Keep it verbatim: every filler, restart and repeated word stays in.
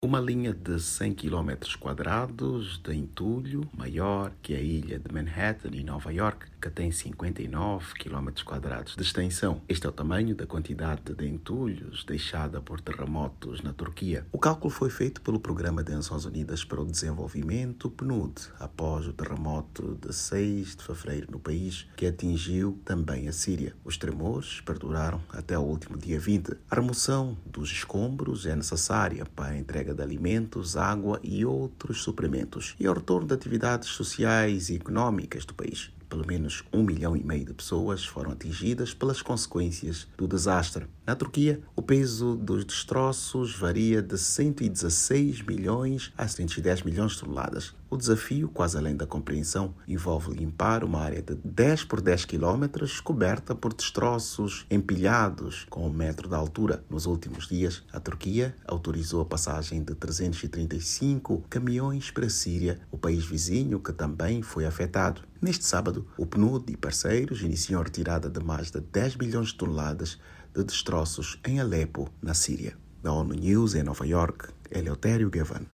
Uma linha de cem quilômetros quadrados de entulho, maior que a ilha de Manhattan em Nova York, que tem cinquenta e nove quilômetros quadrados de extensão. Este é o tamanho da quantidade de entulhos deixada por terremotos na Turquia. O cálculo foi feito pelo Programa das Nações Unidas para o Desenvolvimento, P N U D, após o terremoto de seis de fevereiro no país, que atingiu também a Síria. Os tremores perduraram até o último dia vinte. A remoção dos escombros é necessária para a entrega de alimentos, água e outros suprimentos e ao retorno de atividades sociais e econômicas do país. Pelo menos um milhão e meio de pessoas foram atingidas pelas consequências do desastre. Na Turquia, o peso dos destroços varia de cento e dezesseis milhões a cento e dez milhões de toneladas. O desafio, quase além da compreensão, envolve limpar uma área de dez por dez quilômetros coberta por destroços empilhados com um metro de altura. Nos últimos dias, a Turquia autorizou a passagem de trezentos e trinta e cinco caminhões para a Síria, o país vizinho que também foi afetado. Neste sábado, o P N U D e parceiros iniciam a retirada de mais de dez milhões de toneladas de destroços em Alepo, na Síria. Da ONU News em Nova York, Eleutério Gavan.